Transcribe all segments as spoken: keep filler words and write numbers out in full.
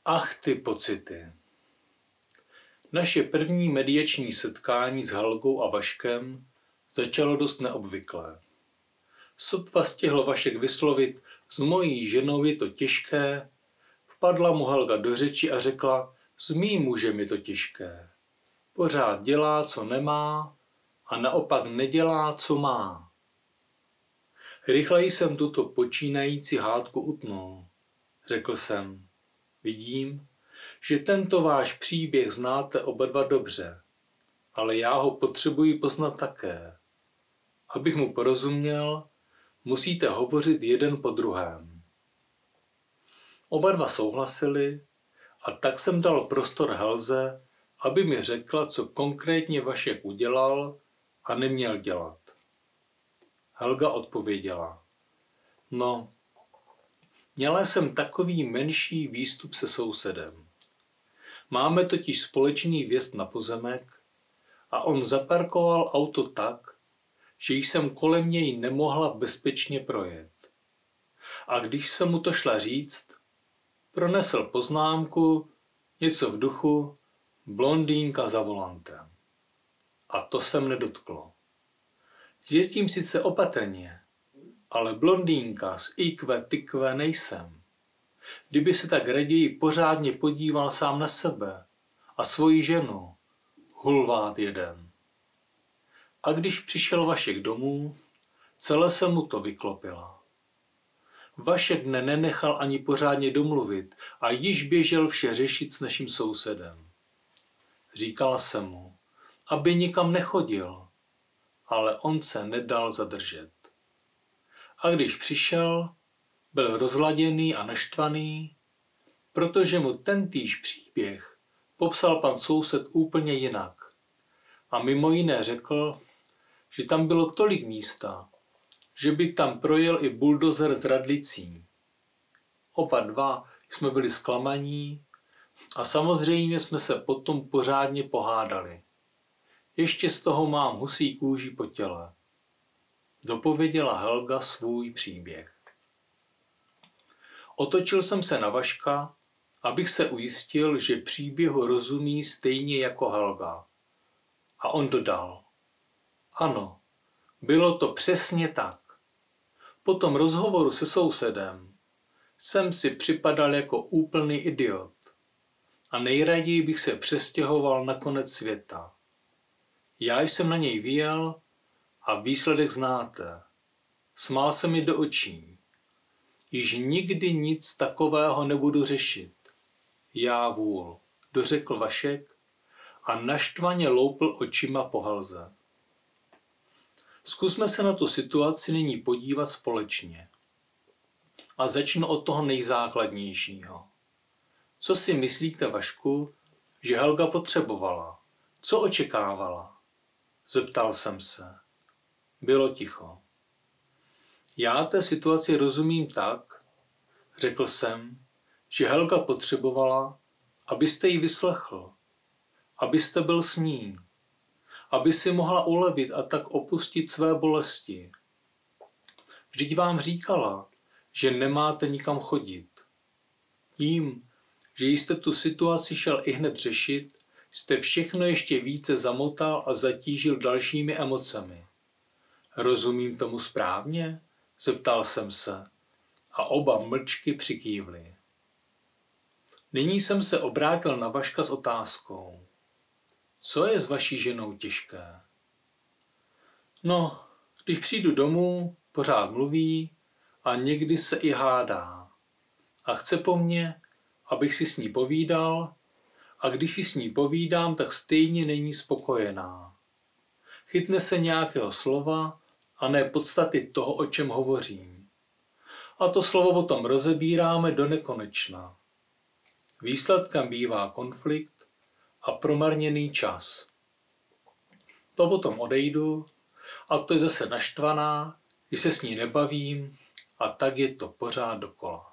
Ach, ty pocity. Naše první mediační setkání s Helgou a Vaškem začalo dost neobvyklé. Sotva stihl Vašek vyslovit "s mojí ženou je to těžké", vpadla mu Helga do řeči a řekla "s mým mužem je to těžké. Pořád dělá, co nemá, a naopak nedělá, co má." Rychleji jsem tuto počínající hádku utnul. Řekl jsem: "Vidím, že tento váš příběh znáte oba dva dobře, ale já ho potřebuji poznat také. Abych mu porozuměl, musíte hovořit jeden po druhém." Oba dva souhlasili a tak jsem dal prostor Helze, aby mi řekla, co konkrétně Vašek udělal a neměl dělat. Helga odpověděla: "No, měla jsem takový menší výstup se sousedem. Máme totiž společný vjezd na pozemek a on zaparkoval auto tak, že jsem kolem něj nemohla bezpečně projet. A když jsem mu to šla říct, pronesl poznámku, něco v duchu blondýnka za volantem. A to jsem nedotklo. Jezdím sice opatrně, ale blondýnka z í kvé tykve nejsem. Kdyby se tak raději pořádně podíval sám na sebe a svoji ženu, hulvát jeden. A když přišel Vašek domů, celé se mu to vyklopila. Vašek mne nenechal ani pořádně domluvit a již běžel vše řešit s naším sousedem. Říkala jsem mu, aby nikam nechodil, ale on se nedal zadržet. A když přišel, byl rozladěný a naštvaný, protože mu tentýž příběh popsal pan soused úplně jinak. A mimo jiné řekl, že tam bylo tolik místa, že by tam projel i buldozer s radlicí. Oba dva jsme byli zklamaní a samozřejmě jsme se potom pořádně pohádali. Ještě z toho mám husí kůži po těle. Dopověděla Helga svůj příběh. Otočil jsem se na Vaška, abych se ujistil, že příběhu rozumí stejně jako Helga. A on dodal: "Ano, bylo to přesně tak. Po tom rozhovoru se sousedem jsem si připadal jako úplný idiot a nejraději bych se přestěhoval na konec světa. Já jsem na něj vyjel a výsledek znáte. Smál se mi do očí. Již nikdy nic takového nebudu řešit. Já vůl," dořekl Vašek a naštvaně loupl očima po Helze. Zkusme se na tu situaci nyní podívat společně. A začnu od toho nejzákladnějšího. Co si myslíte, Vašku, že Helga potřebovala? Co očekávala? Zeptal jsem se. Bylo ticho. Já té situaci rozumím tak, řekl jsem, že Helga potřebovala, abyste ji vyslechl, abyste byl s ní, aby si mohla ulevit a tak opustit své bolesti. Vždyť vám říkala, že nemáte nikam chodit. Tím, že jste tu situaci šel ihned řešit, jste všechno ještě více zamotal a zatížil dalšími emocemi. Rozumím tomu správně? Zeptal jsem se a oba mlčky přikývli. Nyní jsem se obrátil na Vaška s otázkou. Co je s vaší ženou těžké? No, když přijdu domů, pořád mluví a někdy se i hádá. A chce po mně, abych si s ní povídal, a když si s ní povídám, tak stejně není spokojená. Chytne se nějakého slova a ne podstaty toho, o čem hovořím. A to slovo potom rozebíráme do nekonečna. Výsledkem bývá konflikt a promarněný čas. To potom odejdu a to je zase naštvaná, když se s ní nebavím a tak je to pořád dokola.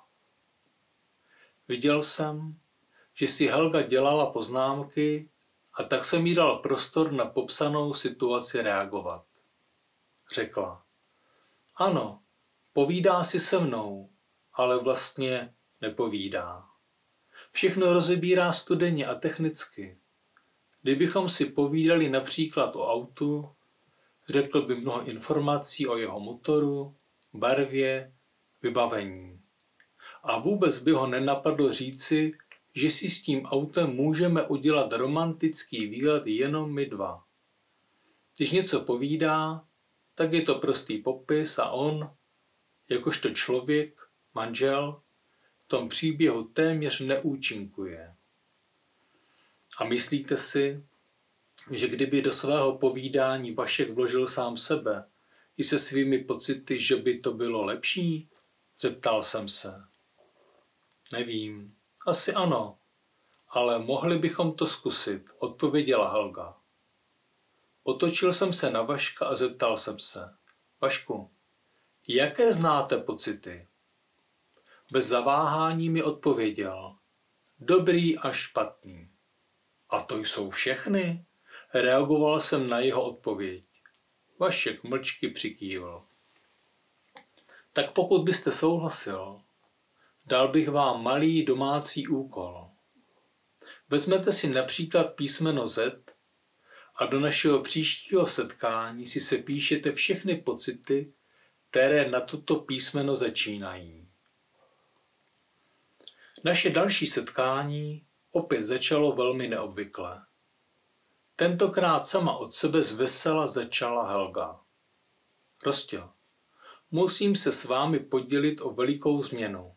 Viděl jsem, že si Helga dělala poznámky a tak jsem jí dal prostor na popsanou situaci reagovat. Řekla: Ano, povídá si se mnou, ale vlastně nepovídá. Všechno rozebírá studeně a technicky. Kdybychom si povídali například o autu, řekl by mnoho informací o jeho motoru, barvě, vybavení. A vůbec by ho nenapadlo říci, že si s tím autem můžeme udělat romantický výlet jenom my dva. Když něco povídá, tak je to prostý popis a on, jakožto člověk, manžel, v tom příběhu téměř neúčinkuje. A myslíte si, že kdyby do svého povídání Vašek vložil sám sebe i se svými pocity, že by to bylo lepší? Zeptal jsem se. Nevím, asi ano, ale mohli bychom to zkusit, odpověděla Helga. Otočil jsem se na Vaška a zeptal jsem se. Vašku, jaké znáte pocity? Bez zaváhání mi odpověděl. Dobrý a špatný. A to jsou všechny? Reagoval jsem na jeho odpověď. Vašek mlčky přikývl. Tak pokud byste souhlasil, dal bych vám malý domácí úkol. Vezmete si například písmeno Z a do našeho příštího setkání si se píšete všechny pocity, které na toto písmeno začínají. Naše další setkání opět začalo velmi neobvykle. Tentokrát sama od sebe zvesela začala Helga. Rostě, musím se s vámi podělit o velikou změnu.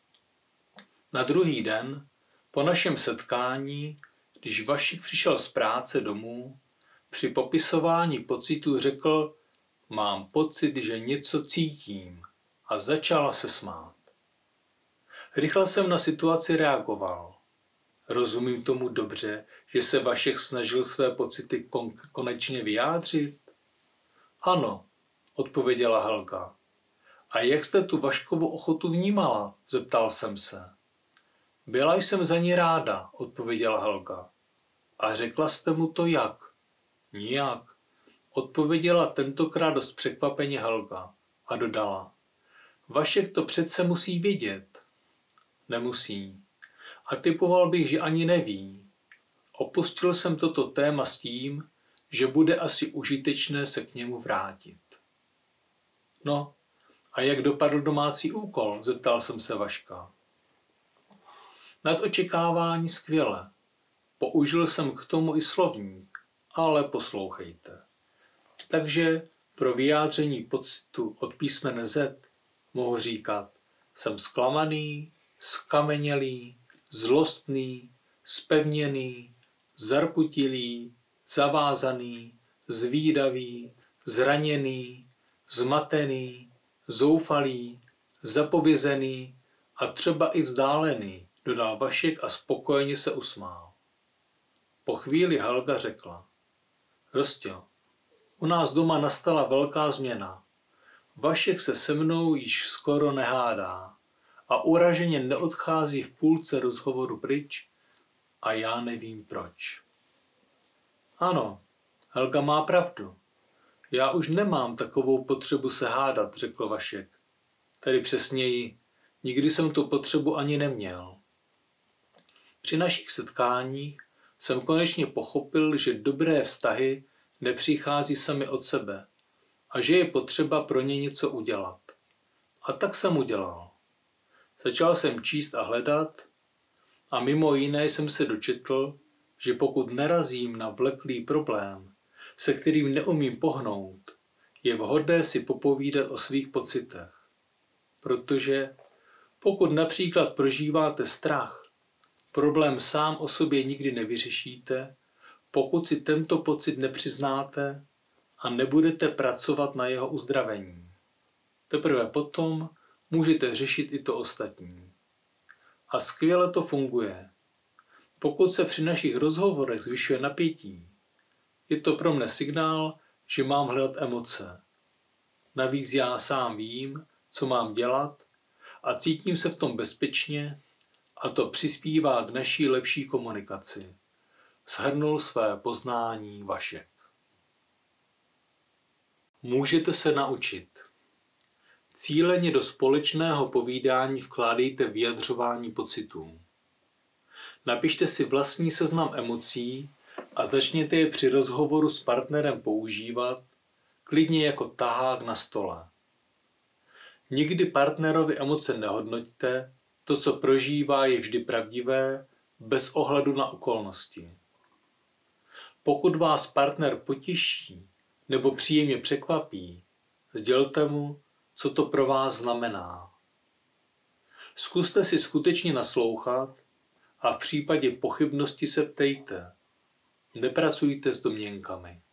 Na druhý den, po našem setkání, když Vašek přišel z práce domů, při popisování pocitů řekl, mám pocit, že něco cítím, a začala se smát. Rychle jsem na situaci reagoval. Rozumím tomu dobře, že se Vašek snažil své pocity kon- konečně vyjádřit? Ano, odpověděla Helga. A jak jste tu Vaškovu ochotu vnímala? Zeptal jsem se. Byla jsem za ní ráda, odpověděla Helga. A řekla jste mu to jak? Nijak, odpověděla tentokrát dost překvapeně Helga a dodala. Vašek to přece musí vědět. Nemusí. A typoval bych, že ani neví. Opustil jsem toto téma s tím, že bude asi užitečné se k němu vrátit. No, a jak dopadl domácí úkol? Zeptal jsem se Vaška. Nad očekávání skvěle. Použil jsem k tomu i slovník, ale poslouchejte. Takže pro vyjádření pocitu od písmene Z mohu říkat jsem zklamaný, skamenělý, zlostný, spevněný, zarputilý, zavázaný, zvídavý, zraněný, zmatený, zoufalý, zapovězený a třeba i vzdálený, dodal Vašek a spokojeně se usmál. Po chvíli Helga řekla. Rostě, u nás doma nastala velká změna. Vašek se se mnou již skoro nehádá a uraženě neodchází v půlce rozhovoru pryč a já nevím proč. Ano, Helga má pravdu. Já už nemám takovou potřebu se hádat, řekl Vašek. Tedy přesněji, nikdy jsem tu potřebu ani neměl. Při našich setkáních jsem konečně pochopil, že dobré vztahy nepřichází sami od sebe a že je potřeba pro ně něco udělat. A tak jsem udělal. Začal jsem číst a hledat a mimo jiné jsem se dočetl, že pokud narazím na vleklý problém, se kterým neumím pohnout, je vhodné si popovídat o svých pocitech. Protože pokud například prožíváte strach, problém sám o sobě nikdy nevyřešíte, pokud si tento pocit nepřiznáte a nebudete pracovat na jeho uzdravení. Teprve potom můžete řešit i to ostatní. A skvěle to funguje. Pokud se při našich rozhovorech zvyšuje napětí, je to pro mne signál, že mám hledat emoce. Navíc já sám vím, co mám dělat a cítím se v tom bezpečně a to přispívá k naší lepší komunikaci. Shrnul své poznání Vašek. Můžete se naučit. Cíleně do společného povídání vkládejte vyjadřování pocitů. Napište si vlastní seznam emocí a začněte je při rozhovoru s partnerem používat, klidně jako tahák na stole. Nikdy partnerovi emoce nehodnoťte, to, co prožívá, je vždy pravdivé, bez ohledu na okolnosti. Pokud vás partner potěší nebo příjemně překvapí, sdělte mu, co to pro vás znamená. Zkuste si skutečně naslouchat a v případě pochybnosti se ptejte. Nepracujte s domněnkami.